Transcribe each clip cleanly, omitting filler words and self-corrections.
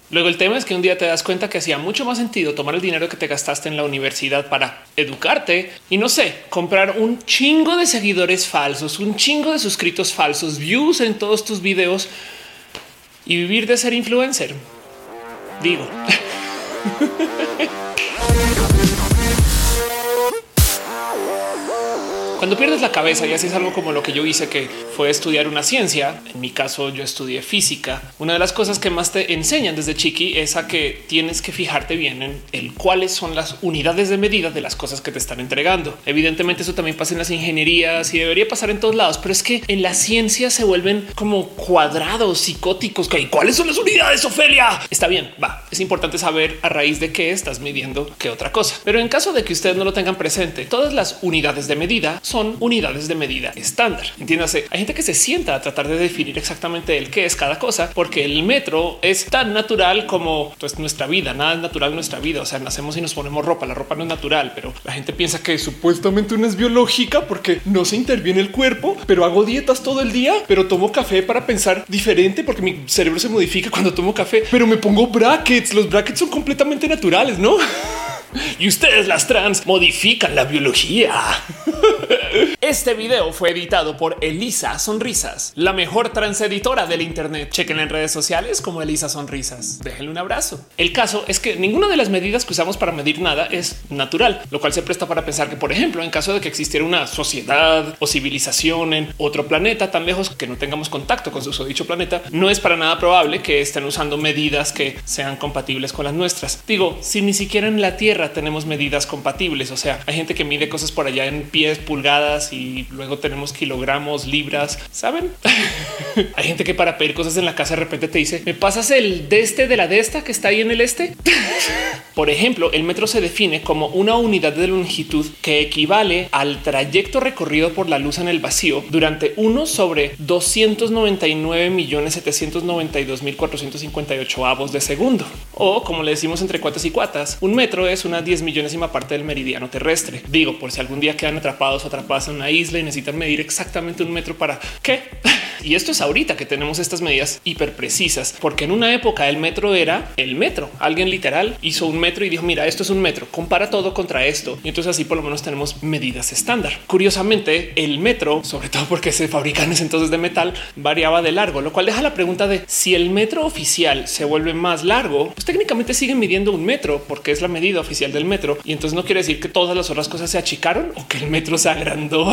Luego el tema es que un día te das cuenta que hacía mucho más sentido tomar el dinero que te gastaste en la universidad para educarte y no sé, comprar un chingo de seguidores falsos, un chingo de suscritos falsos, views en todos tus videos y vivir de ser influencer. Digo. Cuando pierdes la cabeza y haces algo como lo que yo hice, que fue estudiar una ciencia, en mi caso yo estudié física, una de las cosas que más te enseñan desde chiqui es a que tienes que fijarte bien en el cuáles son las unidades de medida de las cosas que te están entregando. Evidentemente eso también pasa en las ingenierías y debería pasar en todos lados, pero es que en la ciencia se vuelven como cuadrados psicóticos. ¿Cuáles son las unidades, Ofelia? Está bien, va. Es importante saber a raíz de qué estás midiendo qué otra cosa. Pero en caso de que ustedes no lo tengan presente, todas las unidades de medida son unidades de medida estándar. Entiéndase, hay gente que se sienta a tratar de definir exactamente el qué es cada cosa, porque el metro es tan natural como pues, nuestra vida. Nada es natural en nuestra vida. O sea, nacemos y nos ponemos ropa. La ropa no es natural, pero la gente piensa que supuestamente una es biológica porque no se interviene el cuerpo, pero hago dietas todo el día, pero tomo café para pensar diferente porque mi cerebro se modifica cuando tomo café, pero me pongo brackets. Los brackets son completamente naturales, ¿no? Y ustedes, las trans, modifican la biología. Este video fue editado por Elisa Sonrisas, la mejor trans editora del internet. Chequen en redes sociales como Elisa Sonrisas. Déjenle un abrazo. El caso es que ninguna de las medidas que usamos para medir nada es natural, lo cual se presta para pensar que, por ejemplo, en caso de que existiera una sociedad o civilización en otro planeta tan lejos que no tengamos contacto con su dicho planeta, no es para nada probable que estén usando medidas que sean compatibles con las nuestras. Digo, si ni siquiera en la Tierra tenemos medidas compatibles, o sea, hay gente que mide cosas por allá en pies, pulgadas y luego tenemos kilogramos, libras, ¿saben? Hay gente que para pedir cosas en la casa de repente te dice, ¿me pasas el de este de la de esta que está ahí en el este? Por ejemplo, el metro se define como una unidad de longitud que equivale al trayecto recorrido por la luz en el vacío durante 1 sobre 299.792.458 avos de segundo. O como le decimos entre cuatas y cuatas, un metro es una 10 millonésima parte del meridiano terrestre. Digo, por si algún día quedan atrapados o atrapadas en una isla y necesitan medir exactamente un metro para qué. Y esto es ahorita que tenemos estas medidas hiper precisas, porque en una época el metro era el metro. Alguien literal hizo un metro y dijo, mira, esto es un metro, compara todo contra esto. Y entonces así por lo menos tenemos medidas estándar. Curiosamente, el metro, sobre todo porque se fabrican ese entonces de metal, variaba de largo, lo cual deja la pregunta de si el metro oficial se vuelve más largo, pues técnicamente siguen midiendo un metro porque es la medida oficial del metro. Y entonces no quiere decir que todas las otras cosas se achicaron o que el metro se agrandó.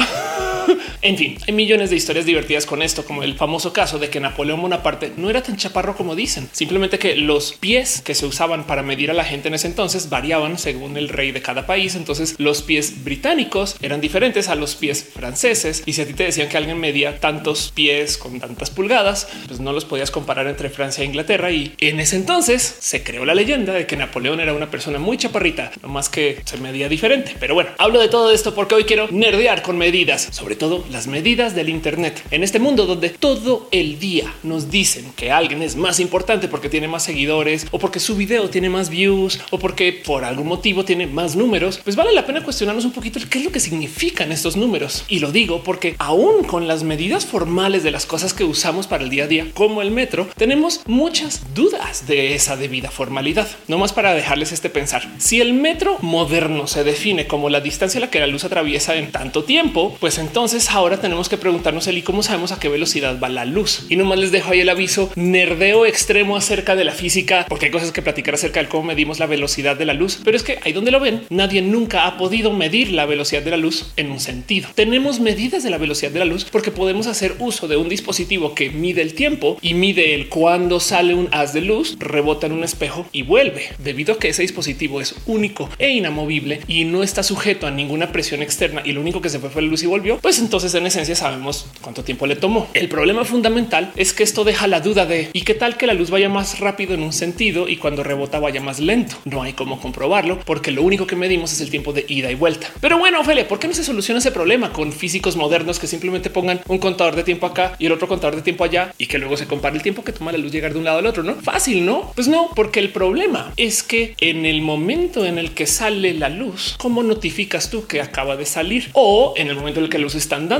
En fin, hay millones de historias divertidas con esto, como el famoso caso de que Napoleón Bonaparte no era tan chaparro como dicen, simplemente que los pies que se usaban para medir a la gente en ese entonces variaban según el rey de cada país. Entonces los pies británicos eran diferentes a los pies franceses, y si a ti te decían que alguien medía tantos pies con tantas pulgadas, pues no los podías comparar entre Francia e Inglaterra. Y en ese entonces se creó la leyenda de que Napoleón era una persona muy chaparrita, no más que se medía diferente. Pero bueno, hablo de todo esto porque hoy quiero nerdear con medidas, sobre todo las medidas del Internet. En este mundo donde todo el día nos dicen que alguien es más importante porque tiene más seguidores o porque su video tiene más views o porque por algún motivo tiene más números, pues vale la pena cuestionarnos un poquito qué es lo que significan estos números. Y lo digo porque aún con las medidas formales de las cosas que usamos para el día a día, como el metro, tenemos muchas dudas de esa debida formalidad. No más para dejarles este pensar. Si el metro moderno se define como la distancia a la que la luz atraviesa en tanto tiempo, pues entonces ahora tenemos que preguntarnos el y cómo sabemos a qué velocidad va la luz. Y nomás les dejo ahí el aviso nerdeo extremo acerca de la física, porque hay cosas que platicar acerca de cómo medimos la velocidad de la luz. Pero es que ahí donde lo ven, nadie nunca ha podido medir la velocidad de la luz en un sentido. Tenemos medidas de la velocidad de la luz porque podemos hacer uso de un dispositivo que mide el tiempo y mide el cuando sale un haz de luz, rebota en un espejo y vuelve. Debido a que ese dispositivo es único e inamovible y no está sujeto a ninguna presión externa y lo único que se fue la luz y volvió, pues entonces en esencia sabemos cuánto tiempo le tomó. El problema fundamental es que esto deja la duda de ¿y qué tal que la luz vaya más rápido en un sentido y cuando rebota vaya más lento? No hay cómo comprobarlo porque lo único que medimos es el tiempo de ida y vuelta. Pero bueno, Ophelia, ¿por qué no se soluciona ese problema con físicos modernos que simplemente pongan un contador de tiempo acá y el otro contador de tiempo allá y que luego se compare el tiempo que toma la luz llegar de un lado al otro? No fácil, no? Pues no, porque el problema es que en el momento en el que sale la luz, ¿cómo notificas tú que acaba de salir? O en el momento en el que la luz está andando,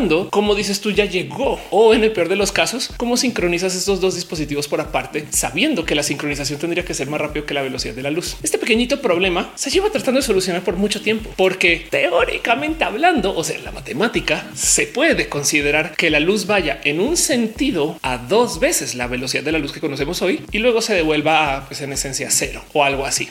cuándo, como dices tú, ya llegó, o en el peor de los casos, cómo sincronizas estos dos dispositivos por aparte, sabiendo que la sincronización tendría que ser más rápido que la velocidad de la luz. Este pequeñito problema se lleva tratando de solucionar por mucho tiempo, porque teóricamente hablando, o sea, la matemática, se puede considerar que la luz vaya en un sentido a 2 veces la velocidad de la luz que conocemos hoy y luego se devuelva a, pues en esencia, cero o algo así.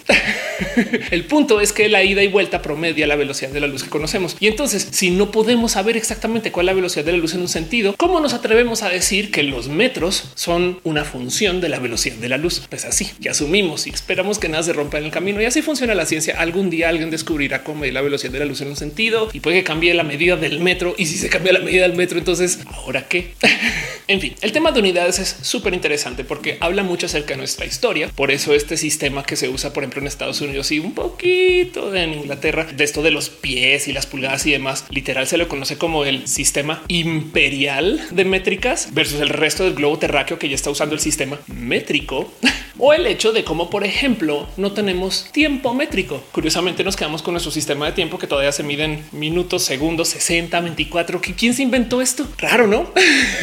El punto es que la ida y vuelta promedia la velocidad de la luz que conocemos. Y entonces, si no podemos saber exactamente cuál es la velocidad de la luz en un sentido, ¿cómo nos atrevemos a decir que los metros son una función de la velocidad de la luz? Pues así, ya asumimos y esperamos que nada se rompa en el camino. Y así funciona la ciencia. Algún día alguien descubrirá cómo medir la velocidad de la luz en un sentido y puede que cambie la medida del metro. Y si se cambia la medida del metro, entonces, ¿ahora qué? En fin, el tema de unidades es súper interesante porque habla mucho acerca de nuestra historia. Por eso este sistema que se usa, por ejemplo, en Estados Unidos y un poquito en Inglaterra, de esto de los pies y las pulgadas y demás, literal se lo conoce como el sistema imperial de métricas versus el resto del globo terráqueo que ya está usando el sistema métrico. O el hecho de cómo, por ejemplo, no tenemos tiempo métrico. Curiosamente nos quedamos con nuestro sistema de tiempo que todavía se mide en minutos, segundos, 60, 24. ¿Quién se inventó esto? Raro, ¿no?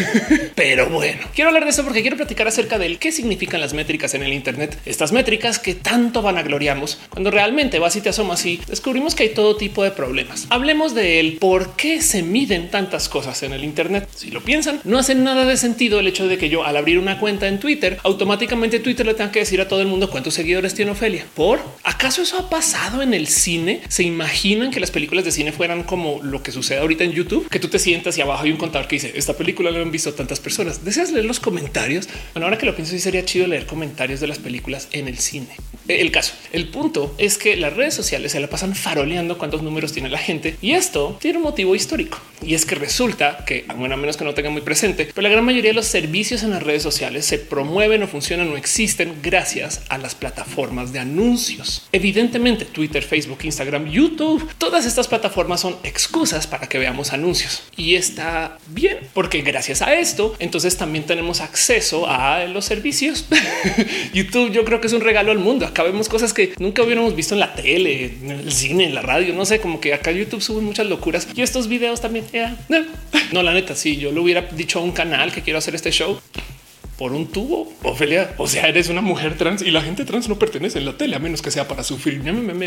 Pero bueno, quiero hablar de eso porque quiero platicar acerca de qué significan las métricas en el Internet. Estas métricas que tanto vanagloriamos cuando realmente vas y te asomas y descubrimos que hay todo tipo de problemas. Hablemos de el por qué se miden tantas cosas en el Internet. Si lo piensan, no hace nada de sentido el hecho de que yo al abrir una cuenta en Twitter, automáticamente Twitter le tenga que decir a todo el mundo cuántos seguidores tiene Ofelia. ¿Por acaso eso ha pasado en el cine? ¿Se imaginan que las películas de cine fueran como lo que sucede ahorita en YouTube? Que tú te sientas y abajo hay un contador que dice esta película la han visto tantas personas. ¿Deseas leer los comentarios? Bueno, ahora que lo pienso, sí sería chido leer comentarios de las películas en el cine. El caso, el punto es que las redes sociales se la pasan faroleando cuántos números tiene la gente y esto tiene un motivo histórico y es que resulta que, bueno, a menos que no tengan muy presente, pero la gran mayoría de los servicios en las redes sociales se promueven o funcionan o existen gracias a las plataformas de anuncios. Evidentemente, Twitter, Facebook, Instagram, YouTube, todas estas plataformas son excusas para que veamos anuncios y está bien porque gracias a esto, entonces también tenemos acceso a los servicios. YouTube, yo creo que es un regalo al mundo. Acá vemos cosas que nunca hubiéramos visto en la tele, en el cine, en la radio. No sé, como que acá YouTube sube muchas locuras y estos videos también. No, la neta, si yo le hubiera dicho a un canal que quiero hacer este show por un tubo, Ofelia, o sea, eres una mujer trans y la gente trans no pertenece en la tele a menos que sea para sufrir.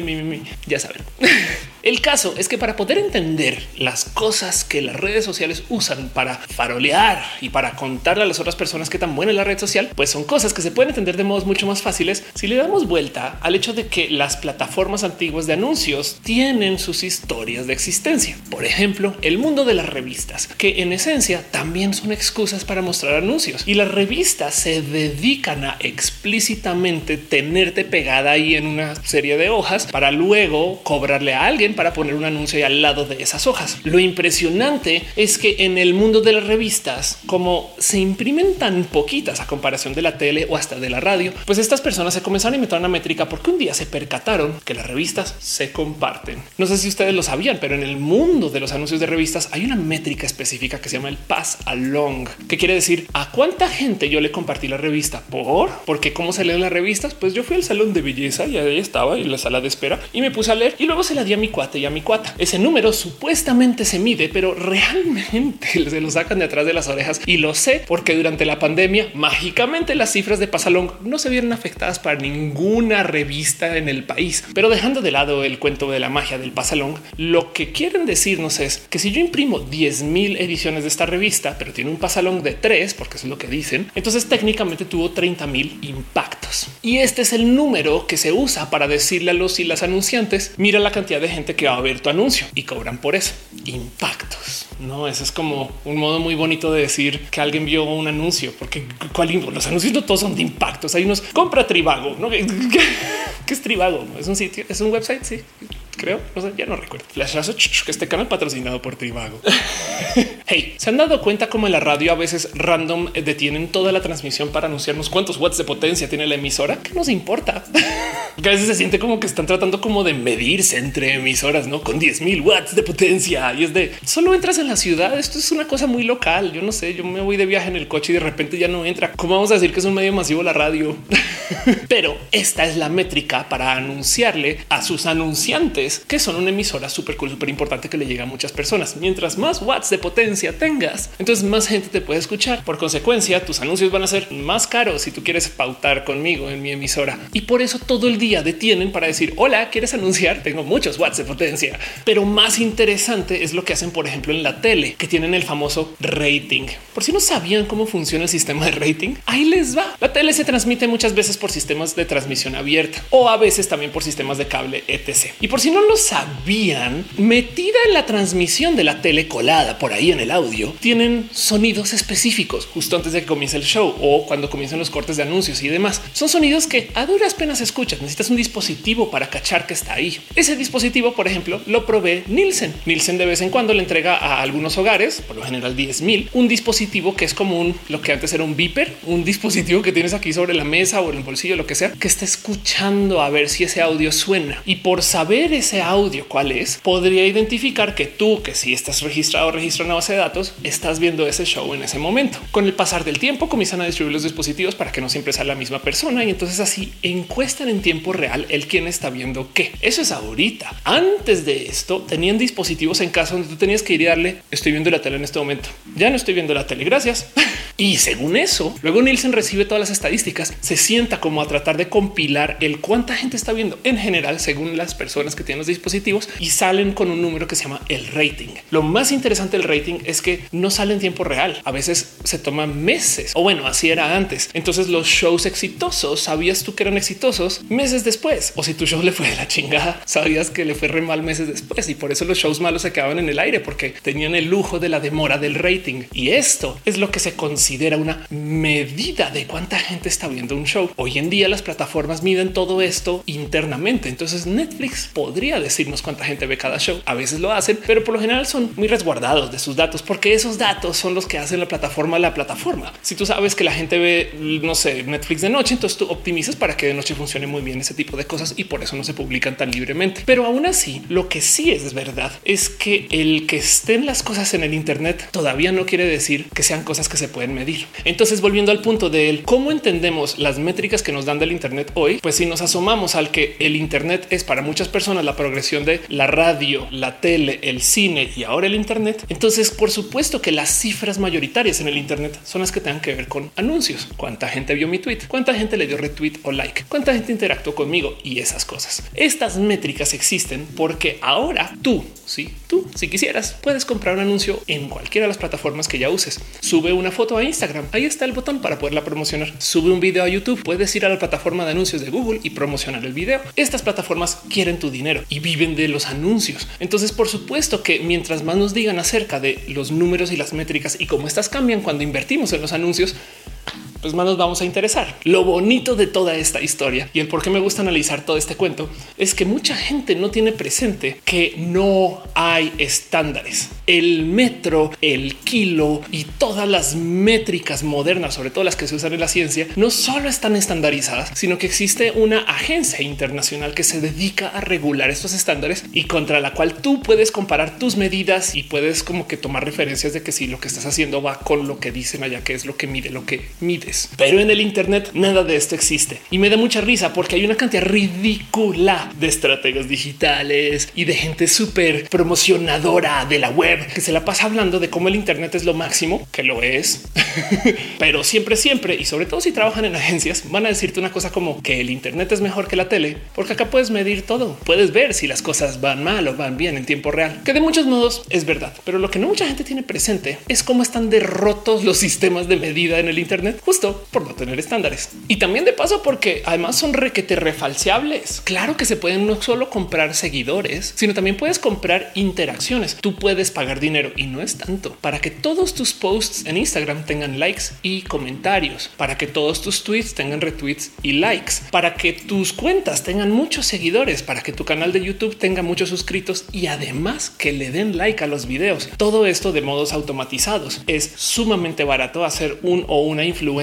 Ya saben. El caso es que para poder entender las cosas que las redes sociales usan para farolear y para contarle a las otras personas qué tan buena es la red social, pues son cosas que se pueden entender de modos mucho más fáciles si le damos vuelta al hecho de que las plataformas antiguas de anuncios tienen sus historias de existencia. Por ejemplo, el mundo de las revistas, que en esencia también son excusas para mostrar anuncios y las revistas se dedican a explícitamente tenerte pegada ahí en una serie de hojas para luego cobrarle a alguien para poner un anuncio ahí al lado de esas hojas. Lo impresionante es que en el mundo de las revistas, como se imprimen tan poquitas a comparación de la tele o hasta de la radio, pues estas personas se comenzaron a inventar una métrica porque un día se percataron que las revistas se comparten. No sé si ustedes lo sabían, pero en el mundo de los anuncios de revistas hay una métrica específica que se llama el pass along, que quiere decir a cuánta gente yo le compartí la revista. Porque cómo se leen las revistas, pues yo fui al salón de belleza y ahí estaba en la sala de espera y me puse a leer y luego se la di a mi cuate y a mi cuata. Ese número supuestamente se mide, pero realmente se lo sacan de atrás de las orejas y lo sé porque durante la pandemia mágicamente las cifras de Pasalong no se vieron afectadas para ninguna revista en el país. Pero dejando de lado el cuento de la magia del Pasalong, lo que quieren decirnos es que si yo imprimo 10,000 ediciones de esta revista, pero tiene un Pasalong de 3, porque eso es lo que dicen, entonces técnicamente tuvo 30,000 impactos. Y este es el número que se usa para decirle a los y las anunciantes, mira la cantidad de gente que va a ver tu anuncio y cobran por eso. Impactos. No, eso es como un modo muy bonito de decir que alguien vio un anuncio, porque los anuncios no todos son de impactos. Hay unos compra Trivago, ¿no? ¿Qué es Trivago? Es un sitio, es un website. Sí, creo, no sé, ya no recuerdo. Flashazo, que este canal patrocinado por Trivago. Hey, ¿se han dado cuenta cómo en la radio a veces random detienen toda la transmisión para anunciarnos cuántos watts de potencia tiene la emisora? ¿Qué nos importa? Que a veces se siente como que están tratando como de medirse entre emisoras, ¿no? Con 10,000 watts de potencia. Y es de, solo entras en la ciudad, esto es una cosa muy local. Yo no sé, yo me voy de viaje en el coche y de repente ya no entra. ¿Cómo vamos a decir que es un medio masivo la radio? Pero esta es la métrica para anunciarle a sus anunciantes watts, que son una emisora súper cool, súper importante que le llega a muchas personas. Mientras más watts de potencia tengas, entonces más gente te puede escuchar. Por consecuencia, tus anuncios van a ser más caros si tú quieres pautar conmigo en mi emisora. Y por eso todo el día detienen para decir, hola, ¿quieres anunciar? Tengo muchos watts de potencia. Pero más interesante es lo que hacen, por ejemplo, en la tele, que tienen el famoso rating. Por si no sabían cómo funciona el sistema de rating, ahí les va. La tele se transmite muchas veces por sistemas de transmisión abierta o a veces también por sistemas de cable, etc. Y por si no lo sabían, metida en la transmisión de la tele, colada por ahí en el audio, tienen sonidos específicos justo antes de que comience el show o cuando comiencen los cortes de anuncios y demás. Son sonidos que a duras penas escuchas. Necesitas un dispositivo para cachar que está ahí. Ese dispositivo, por ejemplo, lo provee Nielsen. Nielsen de vez en cuando le entrega a algunos hogares, por lo general 10,000, un dispositivo que es como lo que antes era un beeper, un dispositivo que tienes aquí sobre la mesa o en el bolsillo, lo que sea, que está escuchando a ver si ese audio suena. Y por saber ese audio cuál es, podría identificar que tú, que si estás registrado o registrado en una base de datos, estás viendo ese show en ese momento. Con el pasar del tiempo comienzan a distribuir los dispositivos para que no siempre sea la misma persona y entonces así encuestan en tiempo real el quién está viendo qué. Eso es ahorita. Antes de esto tenían dispositivos en casa donde tú tenías que ir y darle estoy viendo la tele en este momento. Ya no estoy viendo la tele. Gracias. Y según eso, luego Nielsen recibe todas las estadísticas, se sienta como a tratar de compilar el cuánta gente está viendo en general según las personas que tienen los dispositivos y salen con un número que se llama el rating. Lo más interesante del rating es que no sale en tiempo real. A veces se toman meses o bueno, así era antes. Entonces los shows exitosos, sabías tú que eran exitosos meses después. O si tu show le fue de la chingada, sabías que le fue re mal meses después. Y por eso los shows malos se quedaban en el aire porque tenían el lujo de la demora del rating. Y esto es lo que se considera una medida de cuánta gente está viendo un show. Hoy en día las plataformas miden todo esto internamente. Entonces Netflix podría decirnos cuánta gente ve cada show. A veces lo hacen, pero por lo general son muy resguardados de sus datos porque esos datos son los que hacen la plataforma. Si tú sabes que la gente ve, no sé, Netflix de noche, entonces tú optimizas para que de noche funcione muy bien ese tipo de cosas y por eso no se publican tan libremente. Pero aún así, lo que sí es verdad es que el que estén las cosas en el Internet todavía no quiere decir que sean cosas que se pueden medir. Entonces, volviendo al punto de cómo entendemos las métricas que nos dan del Internet hoy, pues si nos asomamos al que el Internet es para muchas personas la progresión de la radio, la tele, el cine y ahora el Internet, entonces por supuesto que las cifras mayoritarias en el Internet son las que tengan que ver con anuncios. ¿Cuánta gente vio mi tweet? ¿Cuánta gente le dio retweet o like? ¿Cuánta gente interactuó conmigo? Y esas cosas. Estas métricas existen porque ahora tú, si quisieras, puedes comprar un anuncio en cualquiera de las plataformas que ya uses. Sube una foto a Instagram. Ahí está el botón para poderla promocionar. Sube un video a YouTube. Puedes ir a la plataforma de anuncios de Google y promocionar el video. Estas plataformas quieren tu dinero y viven de los anuncios. Entonces, por supuesto que mientras más nos digan acerca de los números y las métricas y cómo estas cambian cuando invertimos en los anuncios, pues más nos vamos a interesar. Lo bonito de toda esta historia y el por qué me gusta analizar todo este cuento es que mucha gente no tiene presente que no hay estándares. El metro, el kilo y todas las métricas modernas, sobre todo las que se usan en la ciencia, no solo están estandarizadas, sino que existe una agencia internacional que se dedica a regular estos estándares y contra la cual tú puedes comparar tus medidas y puedes como que tomar referencias de que si lo que estás haciendo va con lo que dicen allá, que es lo que mide, lo que mides. Pero en el Internet nada de esto existe y me da mucha risa porque hay una cantidad ridícula de estrategas digitales y de gente súper promocionadora de la web que se la pasa hablando de cómo el Internet es lo máximo, que lo es, pero siempre y sobre todo si trabajan en agencias van a decirte una cosa como que el Internet es mejor que la tele porque acá puedes medir todo, puedes ver si las cosas van mal o van bien en tiempo real, que de muchos modos es verdad, pero lo que no mucha gente tiene presente es cómo están derrotos los sistemas de medida en el Internet justo por no tener estándares. Y también de paso porque además son requete refalseables. Claro que se pueden no solo comprar seguidores, sino también puedes comprar interacciones. Tú puedes pagar dinero y no es tanto para que todos tus posts en Instagram tengan likes y comentarios, para que todos tus tweets tengan retweets y likes, para que tus cuentas tengan muchos seguidores, para que tu canal de YouTube tenga muchos suscritos y además que le den like a los videos. Todo esto de modos automatizados. Es sumamente barato hacer un o una influencia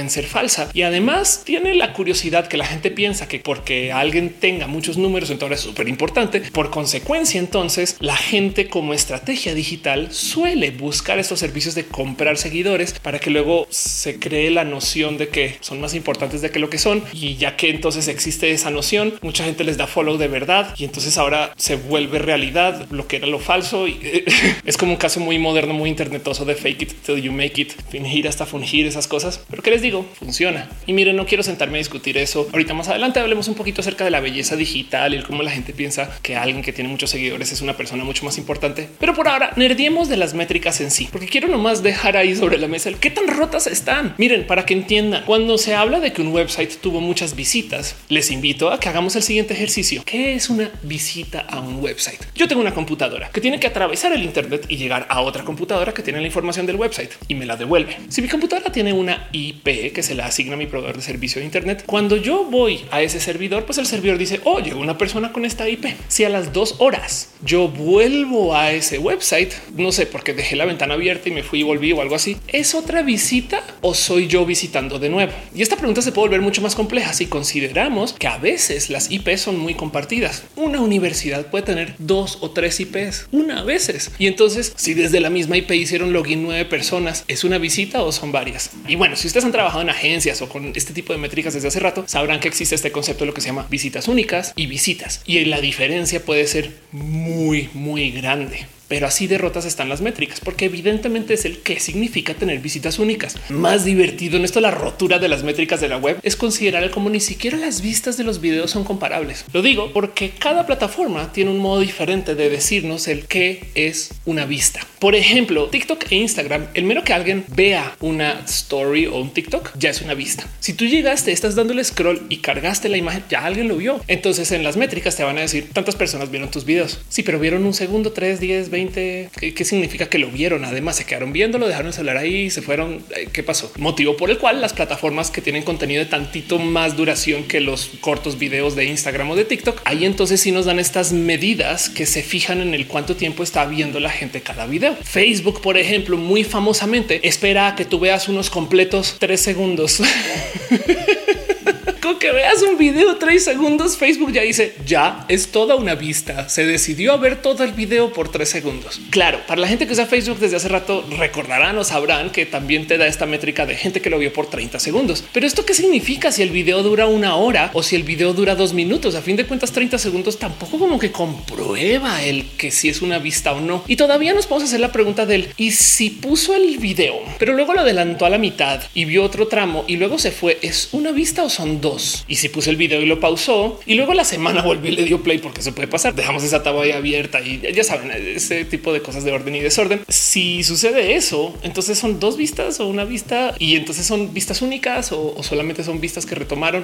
pueden ser falsa. Y además tiene la curiosidad que la gente piensa que porque alguien tenga muchos números, entonces es súper importante. Por consecuencia, entonces la gente como estrategia digital suele buscar estos servicios de comprar seguidores para que luego se cree la noción de que son más importantes de que lo que son. Y ya que entonces existe esa noción, mucha gente les da follow de verdad y entonces ahora se vuelve realidad lo que era lo falso. Y es como un caso muy moderno, muy internetoso de fake it till you make it, fingir hasta fungir, esas cosas. Pero qué les digo, funciona. Y miren, no quiero sentarme a discutir eso. Ahorita más adelante hablemos un poquito acerca de la belleza digital y cómo la gente piensa que alguien que tiene muchos seguidores es una persona mucho más importante. Pero por ahora nerdiemos de las métricas en sí, porque quiero nomás dejar ahí sobre la mesa el qué tan rotas están. Miren, para que entiendan, cuando se habla de que un website tuvo muchas visitas, les invito a que hagamos el siguiente ejercicio. ¿Qué es una visita a un website? Yo tengo una computadora que tiene que atravesar el internet y llegar a otra computadora que tiene la información del website y me la devuelve. Si mi computadora tiene una IP que se la asigna a mi proveedor de servicio de internet, cuando yo voy a ese servidor, pues el servidor dice, oh, llegó una persona con esta IP. Si a las 2 horas yo vuelvo a ese website, no sé, porque dejé la ventana abierta y me fui y volví o algo así, ¿es otra visita o soy yo visitando de nuevo? Y esta pregunta se puede volver mucho más compleja si consideramos que a veces las IPs son muy compartidas. Una universidad puede tener 2 o 3 IPs una veces. Y entonces, si desde la misma IP hicieron login 9 personas, ¿es una visita o son varias? Y bueno, si ustedes han trabajado en agencias o con este tipo de métricas desde hace rato, sabrán que existe este concepto de lo que se llama visitas únicas y visitas. Y la diferencia puede ser muy grande. Pero así de rotas están las métricas, porque evidentemente es el que significa tener visitas únicas. Más divertido en esto, la rotura de las métricas de la web es considerar como ni siquiera las vistas de los videos son comparables. Lo digo porque cada plataforma tiene un modo diferente de decirnos el qué es una vista. Por ejemplo, TikTok e Instagram, el mero que alguien vea una story o un TikTok ya es una vista. Si tú llegaste, estás dándole scroll y cargaste la imagen, ya alguien lo vio. Entonces en las métricas te van a decir tantas personas vieron tus videos. Sí, pero vieron un segundo, 3, 10, 20. ¿Qué significa que lo vieron? Además, se quedaron viéndolo, dejaron el celular ahí, se fueron. ¿Qué pasó? Motivo por el cual las plataformas que tienen contenido de tantito más duración que los cortos videos de Instagram o de TikTok, ahí entonces sí nos dan estas medidas que se fijan en el cuánto tiempo está viendo la gente cada video. Facebook, por ejemplo, muy famosamente espera a que tú veas unos completos 3 segundos. Con que veas un video 3 segundos, Facebook ya dice ya es toda una vista. Se decidió a ver todo el video por 3 segundos. Claro, para la gente que usa Facebook desde hace rato recordarán o sabrán que también te da esta métrica de gente que lo vio por 30 segundos. Pero esto qué significa si el video dura 1 hora o si el video dura 2 minutos? A fin de cuentas, 30 segundos tampoco como que comprueba el que si es una vista o no. Y todavía nos podemos hacer la pregunta del y si puso el video, pero luego lo adelantó a la mitad y vio otro tramo y luego se fue. ¿Es una vista o son 2? Y si puse el video y lo pausó y luego la semana volvió y le dio play, porque eso puede pasar. Dejamos esa tabla ahí abierta y ya saben, ese tipo de cosas de orden y desorden. Si sucede eso, entonces son 2 vistas o una vista y entonces son vistas únicas o solamente son vistas que retomaron.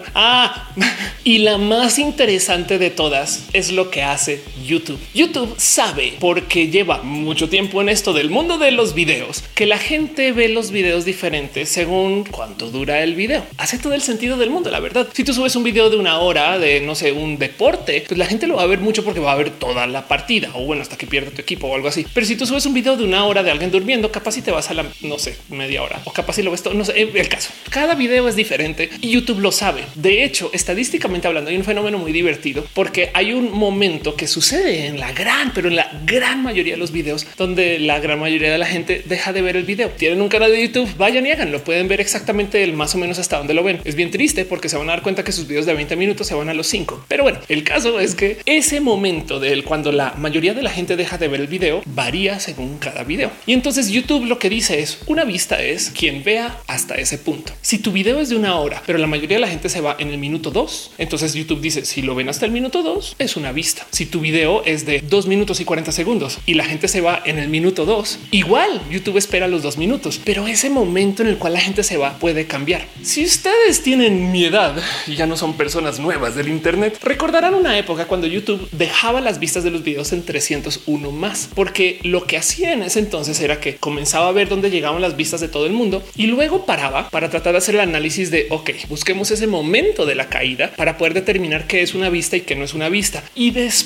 Y la más interesante de todas es lo que hace YouTube. YouTube sabe, porque lleva mucho tiempo en esto del mundo de los videos, que la gente ve los videos diferentes según cuánto dura el video. Hace todo el sentido del mundo, la verdad. Si tú subes un video de 1 hora de, no sé, un deporte, pues la gente lo va a ver mucho porque va a ver toda la partida o bueno, hasta que pierda tu equipo o algo así. Pero si tú subes un video de 1 hora de alguien durmiendo, capaz si te vas a la, no sé, media hora o capaz si lo ves todo, no sé, el caso. Cada video es diferente y YouTube lo sabe. De hecho, estadísticamente hablando, hay un fenómeno muy divertido porque hay un momento que sucede en la gran mayoría de los videos donde la gran mayoría de la gente deja de ver el video. Tienen un canal de YouTube, vayan y háganlo. Pueden ver exactamente el más o menos hasta dónde lo ven. Es bien triste porque se van a dar cuenta que sus videos de 20 minutos se van a los 5. Pero bueno, el caso es que ese momento del cuando la mayoría de la gente deja de ver el video varía según cada video. Y entonces YouTube lo que dice es una vista es quien vea hasta ese punto. Si tu video es de 1 hora, pero la mayoría de la gente se va en el minuto 2, entonces YouTube dice si lo ven hasta el minuto 2 es una vista. Si tu video es de 2 minutos y 40 segundos y la gente se va en el minuto 2, igual YouTube espera los 2 minutos, pero ese momento en el cual la gente se va puede cambiar. Si ustedes tienen mi edad y ya no son personas nuevas del Internet, recordarán una época cuando YouTube dejaba las vistas de los videos en 301 más, porque lo que hacía en ese entonces era que comenzaba a ver dónde llegaban las vistas de todo el mundo y luego paraba para tratar de hacer el análisis de ok, busquemos ese momento de la caída para poder determinar qué es una vista y qué no es una vista. Y después de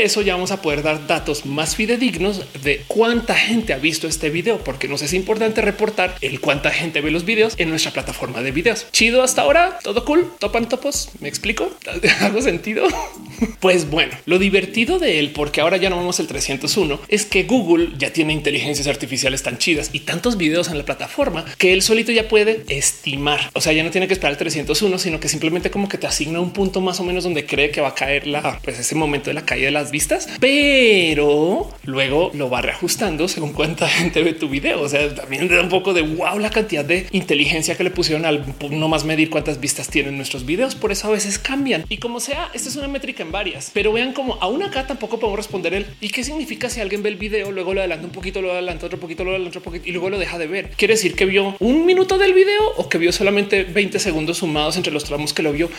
eso ya vamos a poder dar datos más fidedignos de cuánta gente ha visto este video, porque nos es importante reportar el cuánta gente ve los videos en nuestra plataforma de videos. Chido hasta ahora, todo cool, topan topos. ¿Me explico? ¿Hago sentido? Pues bueno, lo divertido de él, porque ahora ya no vemos el 301, es que Google ya tiene inteligencias artificiales tan chidas y tantos videos en la plataforma que él solito ya puede estimar. O sea, ya no tiene que esperar el 301, sino que simplemente como que te asigna un punto más o menos donde cree que va a caer pues ese momento de la caída de las vistas, pero luego lo va reajustando según cuánta gente ve tu video. O sea, también da un poco de wow la cantidad de inteligencia que le pusieron al no más medir cuántas vistas tienen nuestros videos. Por eso a veces cambian y como sea, esta es una métrica en varias, pero vean como aún acá tampoco podemos responder el y qué significa si alguien ve el video, luego lo adelanta un poquito, lo adelanta otro poquito, lo adelanta otro poquito y luego lo deja de ver. Quiere decir que vio un minuto del video o que vio solamente 20 segundos sumados entre los tramos que lo vio.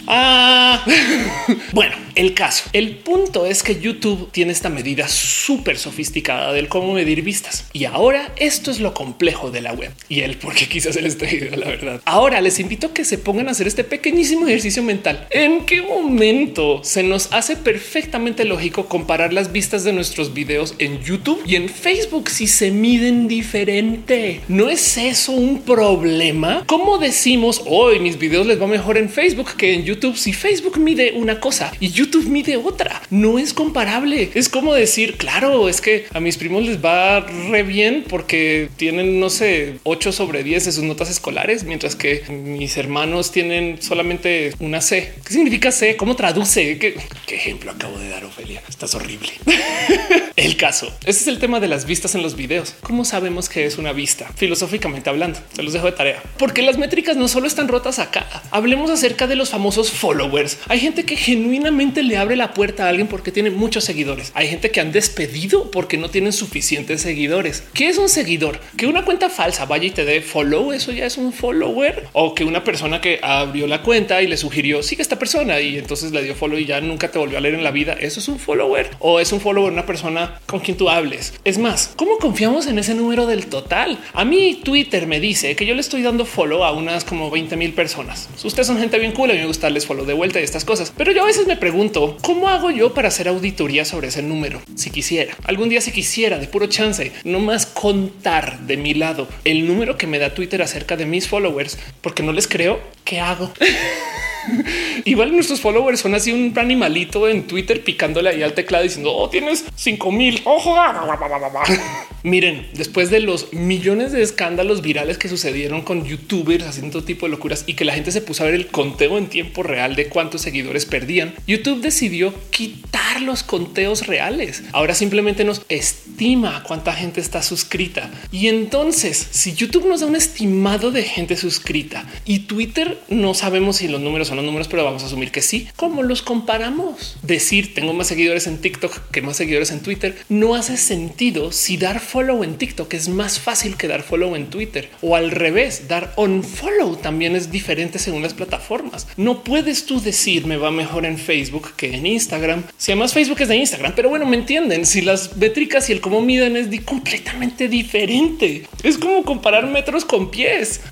Bueno, el caso, el punto es que YouTube tiene esta medida súper sofisticada del cómo medir vistas. Y ahora esto es lo complejo de la web y el por qué quise hacer este video, la verdad. Ahora les invito a que se pongan a hacer este pequeñísimo ejercicio mental. ¿En qué momento se nos hace perfectamente lógico comparar las vistas de nuestros videos en YouTube y en Facebook si se miden diferente? ¿No es eso un problema? ¿Cómo decimos hoy mis videos les va mejor en Facebook que en YouTube si Facebook mide una cosa y YouTube mide otra? No es comparable. Es como decir, claro, es que a mis primos les va re bien porque tienen, no sé, 8/10 de sus notas escolares, mientras que mis hermanos tienen solamente una C. ¿Qué significa C? ¿Cómo traduce? ¿Qué ejemplo acabo de dar, Ofelia? Estás horrible. El caso. Este es el tema de las vistas en los videos. ¿Cómo sabemos que es una vista? Filosóficamente hablando, se los dejo de tarea, porque las métricas no solo están rotas acá. Hablemos acerca de los famosos followers. Hay gente que genuinamente le abre la puerta a alguien porque tiene muchos seguidores. Hay gente que han despedido porque no tienen suficientes seguidores. ¿Qué es un seguidor? Que una cuenta falsa vaya y te dé follow, eso ya es un follower. O que una persona que abrió la cuenta y le sugirió sigue a esta persona y entonces le dio follow y ya nunca te volvió a leer en la vida. Eso es un follower. O es un follower una persona con quien tú hables. Es más, ¿cómo confiamos en ese número del total? A mí Twitter me dice que yo le estoy dando follow a unas como 20,000 personas. Ustedes son gente bien cool, a mí me gusta darles follow de vuelta y estas cosas, pero yo a veces me pregunto cómo hago yo para hacer auditoría sobre ese número. Si quisiera algún día, si quisiera de puro chance, no más contar de mi lado el número que me da Twitter acerca de mis followers, porque no les creo. ¿Qué hago? Igual nuestros followers son así un animalito en Twitter picándole ahí al teclado diciendo oh, tienes 5,000. Ojo. Miren, después de los millones de escándalos virales que sucedieron con youtubers haciendo todo tipo de locuras y que la gente se puso a ver el conteo en tiempo real de cuántos seguidores perdían, YouTube decidió quitar los conteos reales. Ahora simplemente nos estima cuánta gente está suscrita. Y entonces, si YouTube nos da un estimado de gente suscrita y Twitter no sabemos si los números son los números, pero vamos a asumir que sí. ¿Cómo los comparamos? Decir tengo más seguidores en TikTok que más seguidores en Twitter no hace sentido si dar follow en TikTok es más fácil que dar follow en Twitter, o al revés, dar unfollow también es diferente según las plataformas. No puedes tú decir me va mejor en Facebook que en Instagram, si además Facebook es de Instagram, pero bueno, me entienden. Si las métricas y el cómo miden es completamente diferente, es como comparar metros con pies.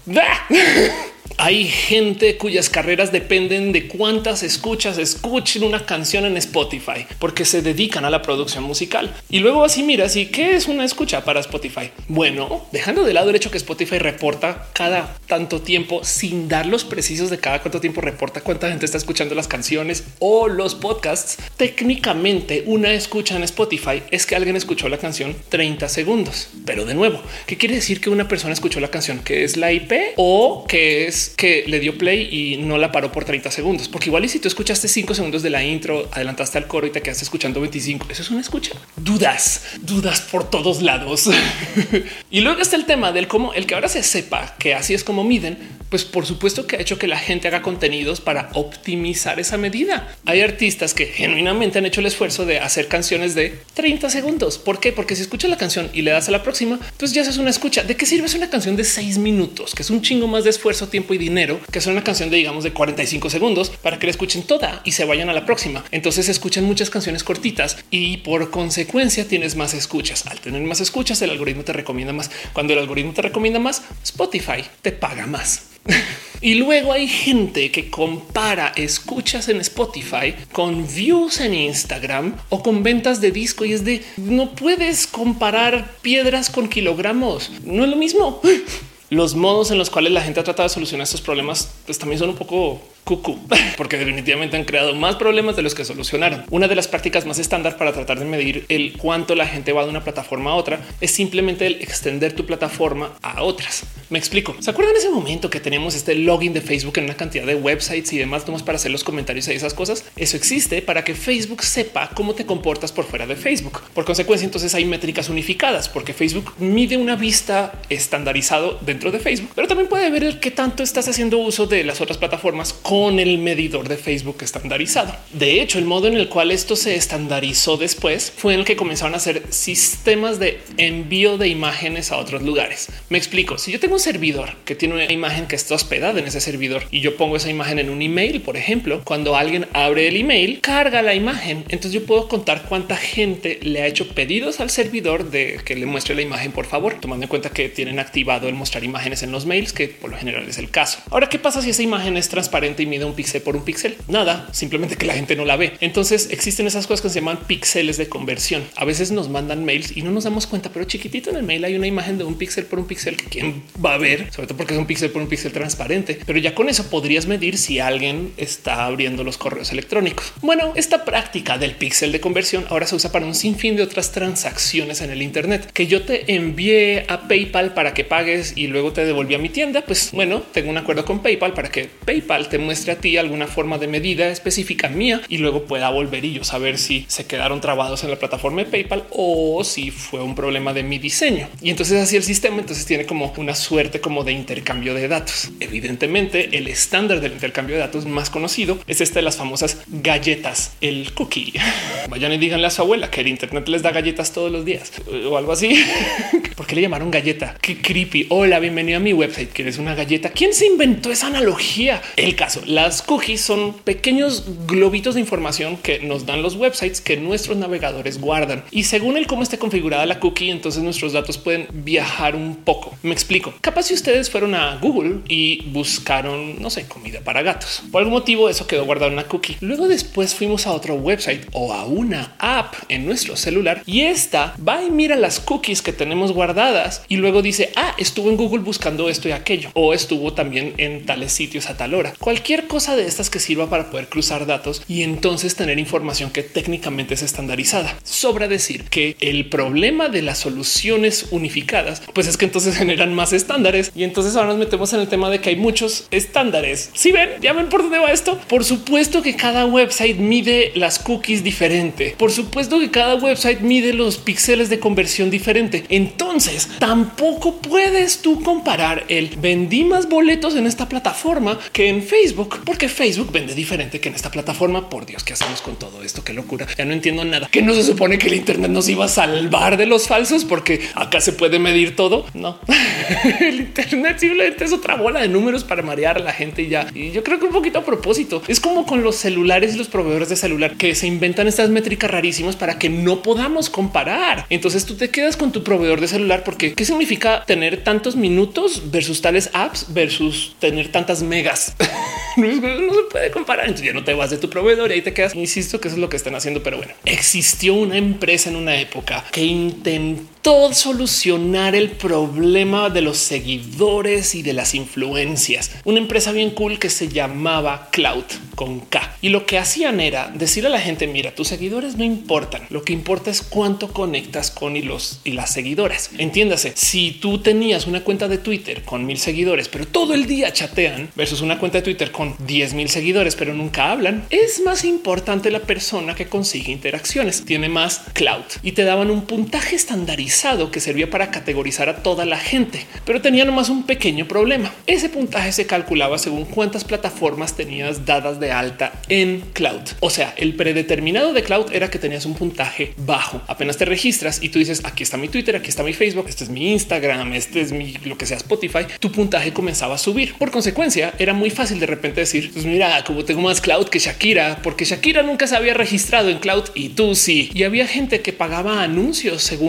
Hay gente cuyas carreras dependen de cuántas escuchen una canción en Spotify porque se dedican a la producción musical. Y luego así mira, ¿y qué es una escucha para Spotify? Bueno, dejando de lado el hecho que Spotify reporta cada tanto tiempo sin dar los precisos de cada cuánto tiempo reporta cuánta gente está escuchando las canciones o los podcasts. Técnicamente una escucha en Spotify es que alguien escuchó la canción 30 segundos. Pero de nuevo, ¿qué quiere decir que una persona escuchó la canción? ¿Que es la IP o que es que le dio play y no la paró por 30 segundos? Porque igual y si tú escuchaste 5 segundos de la intro, adelantaste al coro y te quedaste escuchando 25, eso es una escucha. Dudas por todos lados. Y luego está el tema del cómo el que ahora se sepa que así es como miden, pues por supuesto que ha hecho que la gente haga contenidos para optimizar esa medida. Hay artistas que genuinamente han hecho el esfuerzo de hacer canciones de 30 segundos. ¿Por qué? Porque si escuchas la canción y le das a la próxima, pues ya es una escucha. ¿De qué sirve? Es una canción de 6 minutos, que es un chingo más de esfuerzo, tiempo y dinero que hacer una canción de digamos de 45 segundos para que la escuchen toda y se vayan a la próxima. Entonces escuchan muchas canciones cortitas y por consecuencia tienes más escuchas. Al tener más escuchas, el algoritmo te recomienda más. Cuando el algoritmo te recomienda más, Spotify te paga más. Y luego hay gente que compara escuchas en Spotify con views en Instagram o con ventas de disco y es de no puedes comparar piedras con kilogramos. No es lo mismo. Los modos en los cuales la gente ha tratado de solucionar estos problemas pues también son un poco cucú, porque definitivamente han creado más problemas de los que solucionaron. Una de las prácticas más estándar para tratar de medir el cuánto la gente va de una plataforma a otra es simplemente el extender tu plataforma a otras. Me explico. ¿Se acuerdan ese momento que tenemos este login de Facebook en una cantidad de websites y demás para hacer los comentarios y esas cosas? Eso existe para que Facebook sepa cómo te comportas por fuera de Facebook. Por consecuencia, entonces hay métricas unificadas porque Facebook mide una vista estandarizado dentro de Facebook, pero también puede ver qué tanto estás haciendo uso de las otras plataformas con el medidor de Facebook estandarizado. De hecho, el modo en el cual esto se estandarizó después fue en el que comenzaron a hacer sistemas de envío de imágenes a otros lugares. Me explico. Si yo tengo un servidor que tiene una imagen que está hospedada en ese servidor y yo pongo esa imagen en un email, por ejemplo, cuando alguien abre el email, carga la imagen. Entonces yo puedo contar cuánta gente le ha hecho pedidos al servidor de que le muestre la imagen, por favor, tomando en cuenta que tienen activado el mostrar imágenes en los mails, que por lo general es el caso. Ahora, ¿qué pasa si esa imagen es transparente y mide un píxel por un píxel? Nada, simplemente que la gente no la ve. Entonces existen esas cosas que se llaman píxeles de conversión. A veces nos mandan mails y no nos damos cuenta, pero chiquitito en el mail hay una imagen de un píxel por un píxel que quién va a ver, sobre todo porque es un píxel por un píxel transparente. Pero ya con eso podrías medir si alguien está abriendo los correos electrónicos. Bueno, esta práctica del píxel de conversión ahora se usa para un sinfín de otras transacciones en el Internet. Que yo te envié a PayPal para que pagues y luego te devolví a mi tienda. Pues bueno, tengo un acuerdo con PayPal para que PayPal te muestre a ti alguna forma de medida específica mía y luego pueda volver y yo saber si se quedaron trabados en la plataforma de PayPal o si fue un problema de mi diseño. Y entonces así el sistema entonces tiene como una suerte como de intercambio de datos. Evidentemente el estándar del intercambio de datos más conocido es este de las famosas galletas, el cookie. Vayan y díganle a su abuela que el Internet les da galletas todos los días o algo así. ¿Por qué le llamaron galleta? Qué creepy. Hola, bienvenido a mi website. ¿Quieres una galleta? ¿Quién se inventó esa analogía? El caso, las cookies son pequeños globitos de información que nos dan los websites que nuestros navegadores guardan. Y según el cómo esté configurada la cookie, entonces nuestros datos pueden viajar un poco. Me explico. Capaz si ustedes fueron a Google y buscaron, no sé, comida para gatos. Por algún motivo eso quedó guardado en una cookie. Luego después fuimos a otro website o a una app en nuestro celular y esta va y mira las cookies que tenemos guardadas y luego dice, estuvo en Google buscando esto y aquello o estuvo también en tales sitios a tal hora. Cualquier cosa de estas que sirva para poder cruzar datos y entonces tener información que técnicamente es estandarizada. Sobra decir que el problema de las soluciones unificadas, pues es que entonces generan más estándares y entonces ahora nos metemos en el tema de que hay muchos estándares. Si ven, ya ven por dónde va esto. Por supuesto que cada website mide las cookies diferente. Por supuesto que cada website mide los píxeles de conversión diferente. Entonces tampoco puedes tú comparar el vendí más boletos en esta plataforma que en Facebook, porque Facebook vende diferente que en esta plataforma. Por Dios, ¿qué hacemos con todo esto? Qué locura. Ya no entiendo nada. Que no se supone que el Internet nos iba a salvar de los falsos porque acá se puede medir todo. No, el Internet simplemente es otra bola de números para marear a la gente y ya. Y yo creo que un poquito a propósito es como con los celulares y los proveedores de celular que se inventan estas métricas rarísimas para que no podamos comparar. Entonces tú te quedas con tu proveedor de celular porque ¿qué significa tener tantos minutos versus tales apps versus tener tantas megas? No se puede comparar. Entonces ya no te vas de tu proveedor y ahí te quedas. Insisto que eso es lo que están haciendo, pero bueno, existió una empresa en una época que intentó solucionar el problema de los seguidores y de las influencias. Una empresa bien cool que se llamaba Cloud con K. Y lo que hacían era decirle a la gente, mira, tus seguidores no importan. Lo que importa es cuánto conectas con y las seguidoras. Entiéndase, si tú tenías una cuenta de Twitter con 1000 seguidores, pero todo el día chatean versus una cuenta de Twitter con 10,000 seguidores, pero nunca hablan, es más importante la persona que consigue interacciones, tiene más clout y te daban un puntaje estandarizado que servía para categorizar a toda la gente, pero tenía nomás un pequeño problema. Ese puntaje se calculaba según cuántas plataformas tenías dadas de alta en Cloud. O sea, el predeterminado de Cloud era que tenías un puntaje bajo. Apenas te registras y tú dices, aquí está mi Twitter, aquí está mi Facebook, este es mi Instagram, este es mi lo que sea Spotify, tu puntaje comenzaba a subir. Por consecuencia, era muy fácil de repente decir, pues mira, como tengo más Cloud que Shakira, porque Shakira nunca se había registrado en Cloud y tú sí. Y había gente que pagaba anuncios según qué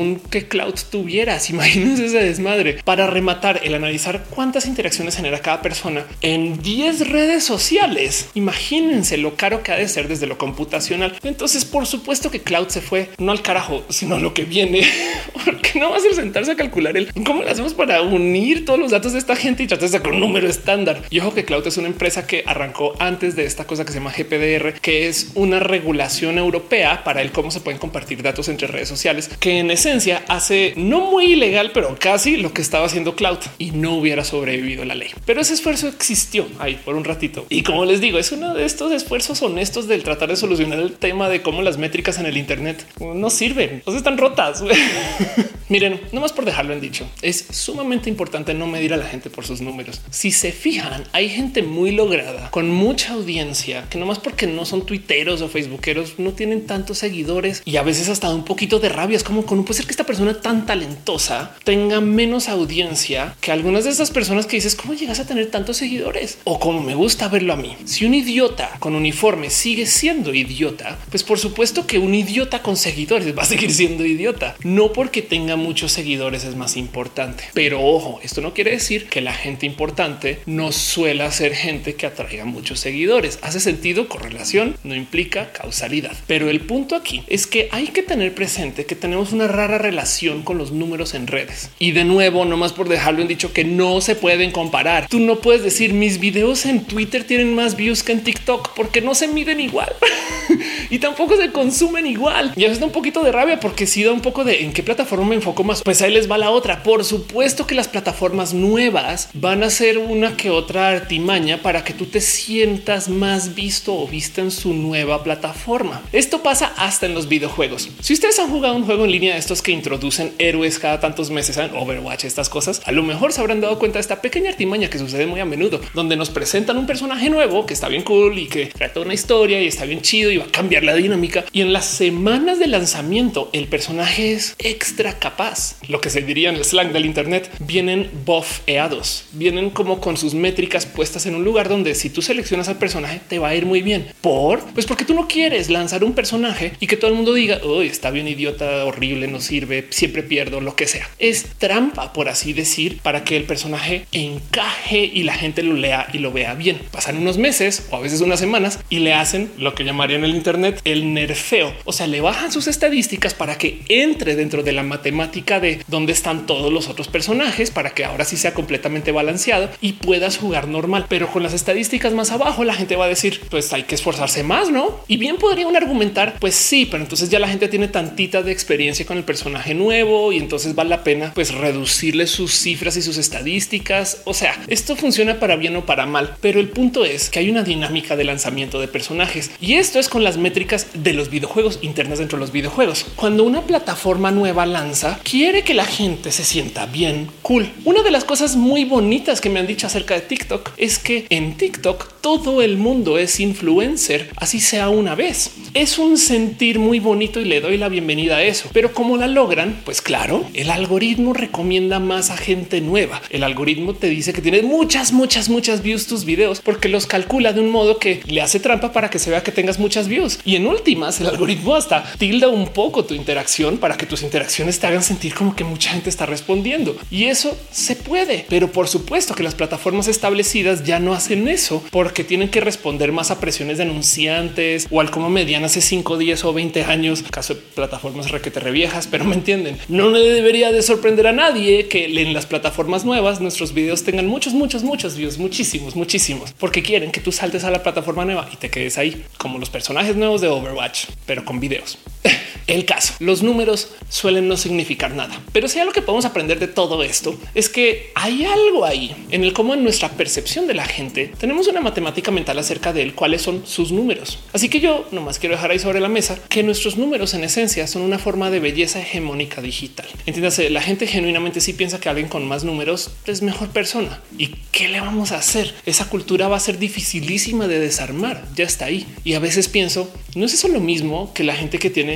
Cloud tuvieras. Imagínense ese desmadre. Para rematar, el analizar cuántas interacciones genera cada persona en 10 redes sociales. Imagínense lo caro que ha de ser desde lo computacional. Entonces, por supuesto que Cloud se fue no al carajo, sino a lo que viene, porque no va a ser sentarse a calcular el cómo lo hacemos para unir todos los datos de esta gente y tratar de sacar un número estándar. Y ojo que Cloud es una empresa que arrancó antes de esta cosa que se llama GPDR, que es una regulación europea para el cómo se pueden compartir datos entre redes sociales, que en esencia hace no muy ilegal, pero casi lo que estaba haciendo Cloud y no hubiera sobrevivido la ley. Pero ese esfuerzo existió ahí por un ratito. Y como les digo, es uno de estos esfuerzos honestos del tratar de solucionar el tema de cómo las métricas en el Internet no sirven, o sea, están rotas. Miren, nomás por dejarlo en dicho, es sumamente importante no medir a la gente por sus números. Si se fijan, hay gente muy lograda con mucha audiencia que nomás porque no son tuiteros o facebookeros no tienen tantos seguidores y a veces hasta un poquito de rabia. Es como con puede ser que esta persona tan talentosa tenga menos audiencia que algunas de estas personas que dices cómo llegas a tener tantos seguidores o como me gusta verlo a mí. Si un idiota con uniforme sigue siendo idiota, pues por supuesto que un idiota con seguidores va a seguir siendo idiota, no porque tenga muchos seguidores es más importante. Pero ojo, esto no quiere decir que la gente importante no suela ser gente que atraiga muchos seguidores. Hace sentido, correlación no implica causalidad. Pero el punto aquí es que hay que tener presente que tenemos una rara relación con los números en redes. Y de nuevo, nomás por dejarlo en dicho que no se pueden comparar. Tú no puedes decir mis videos en Twitter tienen más views que en TikTok porque no se miden igual y tampoco se consumen igual. Y a veces da un poquito de rabia porque sí da un poco de en qué plataforma me enfoco más. Pues ahí les va la otra. Por supuesto que las plataformas nuevas van a ser una que otra artimaña para que tú te sientas más visto o vista en su nueva plataforma. Esto pasa hasta en los videojuegos. Si ustedes han jugado un juego en línea de estos que introducen héroes cada tantos meses, en Overwatch, estas cosas, a lo mejor se habrán dado cuenta de esta pequeña artimaña que sucede muy a menudo, donde nos presentan un personaje nuevo que está bien cool y que trae toda una historia y está bien chido y va a cambiar la dinámica. Y en las semanas de lanzamiento, el personaje es extra capaz. Lo que se diría en el slang del Internet, vienen buffeados, vienen como con sus métricas puestas en un lugar donde si tú seleccionas al personaje te va a ir muy bien. Pues porque tú no quieres lanzar un personaje y que todo el mundo diga uy, está bien idiota, horrible, no sirve, siempre pierdo, lo que sea. Es trampa, por así decir, para que el personaje encaje y la gente lo lea y lo vea bien. Pasan unos meses o a veces unas semanas y le hacen lo que llamarían en el Internet el nerfeo. O sea, le bajan sus estadísticas para que entre dentro de la matemática de dónde están todos los otros personajes para que ahora sí sea completamente balanceado y puedas jugar normal. Pero con las estadísticas más abajo, la gente va a decir pues hay que esforzarse más, ¿no? Y bien podrían argumentar pues sí, pero entonces ya la gente tiene tantita de experiencia con el personaje nuevo y entonces vale la pena pues reducirle sus cifras y sus estadísticas. O sea, esto funciona para bien o para mal, pero el punto es que hay una dinámica de lanzamiento de personajes y esto es con las métricas de los videojuegos internas dentro de los videojuegos. Cuando una plataforma nueva lanza, quiere que la gente se sienta bien cool. Una de las cosas muy bonitas que me han dicho acerca de TikTok es que en TikTok todo el mundo es influencer, así sea una vez. Es un sentir muy bonito y le doy la bienvenida a eso. Pero ¿cómo la logran? Pues claro, el algoritmo recomienda más a gente nueva. El algoritmo te dice que tienes muchas views tus videos porque los calcula de un modo que le hace trampa para que se vea que tengas muchas views. Y en últimas, el algoritmo hasta tilda un poco tu interacción para que tus interacciones te hagan sentir como que mucha gente está respondiendo. Y eso se puede, pero por supuesto que las plataformas establecidas ya no hacen eso porque tienen que responder más a presiones de anunciantes o al cómo medían hace 5, 10 o 20 años, caso de plataformas requete reviejas, pero me entienden. No le debería de sorprender a nadie que en las plataformas nuevas nuestros videos tengan muchos views, muchísimos, porque quieren que tú saltes a la plataforma nueva y te quedes ahí como los personajes nuevos de Overwatch, pero con videos. El caso, los números suelen no significar nada, pero si algo que podemos aprender de todo esto es que hay algo ahí en el cómo en nuestra percepción de la gente tenemos una matemática mental acerca de cuáles son sus números. Así que yo nomás quiero dejar ahí sobre la mesa que nuestros números en esencia son una forma de belleza hegemónica digital. Entiéndase, la gente genuinamente sí piensa que alguien con más números es mejor persona. ¿Y qué le vamos a hacer? Esa cultura va a ser dificilísima de desarmar. Ya está ahí. Y a veces pienso, ¿no es eso lo mismo que la gente que tiene cierto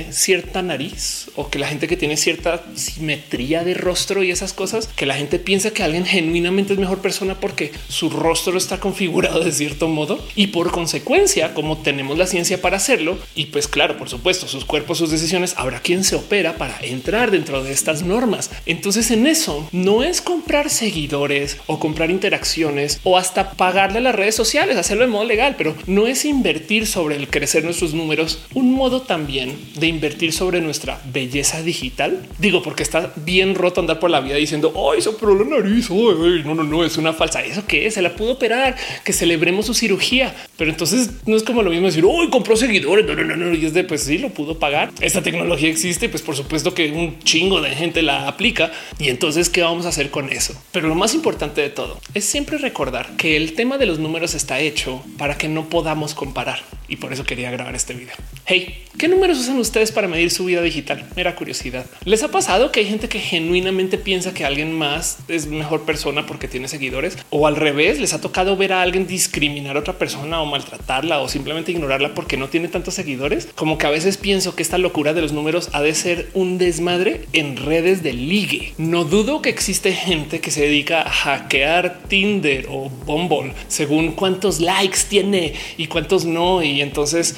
cierta nariz o que la gente que tiene cierta simetría de rostro y esas cosas, que la gente piensa que alguien genuinamente es mejor persona porque su rostro está configurado de cierto modo y por consecuencia, como tenemos la ciencia para hacerlo y pues claro, por supuesto, sus cuerpos, sus decisiones, habrá quien se opera para entrar dentro de estas normas. Entonces en eso no es comprar seguidores o comprar interacciones o hasta pagarle a las redes sociales, hacerlo de modo legal, pero no es invertir sobre el crecer nuestros números, un modo también de invertir sobre nuestra belleza digital. Digo, porque está bien roto andar por la vida diciendo ay, se operó la nariz. Ay, no, es una falsa. ¿Eso qué es? Se la pudo operar, que celebremos su cirugía. Pero entonces no es como lo mismo decir hoy compró seguidores. No. Y es de pues sí, lo pudo pagar. Esta tecnología existe, pues por supuesto que un chingo de gente la aplica. Y entonces, ¿qué vamos a hacer con eso? Pero lo más importante de todo es siempre recordar que el tema de los números está hecho para que no podamos comparar. Y por eso quería grabar este video. Hey, ¿qué números usan ustedes para medir su vida digital? Mera curiosidad. ¿Les ha pasado que hay gente que genuinamente piensa que alguien más es mejor persona porque tiene seguidores? O al revés, ¿les ha tocado ver a alguien discriminar a otra persona o maltratarla o simplemente ignorarla porque no tiene tantos seguidores? Como que a veces pienso que esta locura de los números ha de ser un desmadre en redes de ligue. No dudo que existe gente que se dedica a hackear Tinder o Bumble según cuántos likes tiene y cuántos no. Y entonces,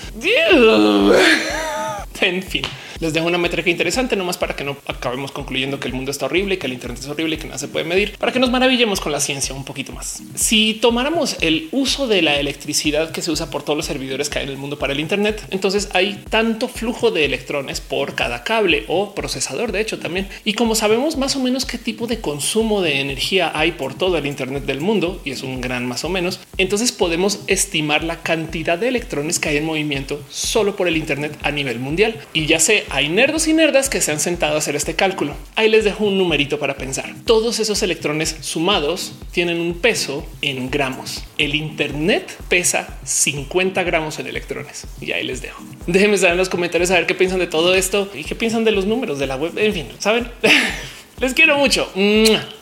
en fin, les dejo una métrica interesante nomás para que no acabemos concluyendo que el mundo está horrible y que el Internet es horrible y que nada se puede medir, para que nos maravillemos con la ciencia un poquito más. Si tomáramos el uso de la electricidad que se usa por todos los servidores que hay en el mundo para el Internet, entonces hay tanto flujo de electrones por cada cable o procesador, de hecho también. Y como sabemos más o menos qué tipo de consumo de energía hay por todo el Internet del mundo, y es un gran más o menos, entonces podemos estimar la cantidad de electrones que hay en movimiento solo por el Internet a nivel mundial. Y ya sé, hay nerdos y nerdas que se han sentado a hacer este cálculo. Ahí les dejo un numerito para pensar. Todos esos electrones sumados tienen un peso en gramos. El Internet pesa 50 gramos en electrones. Y ahí les dejo. Déjenme saber en los comentarios a ver qué piensan de todo esto y qué piensan de los números de la web. En fin, saben, les quiero mucho.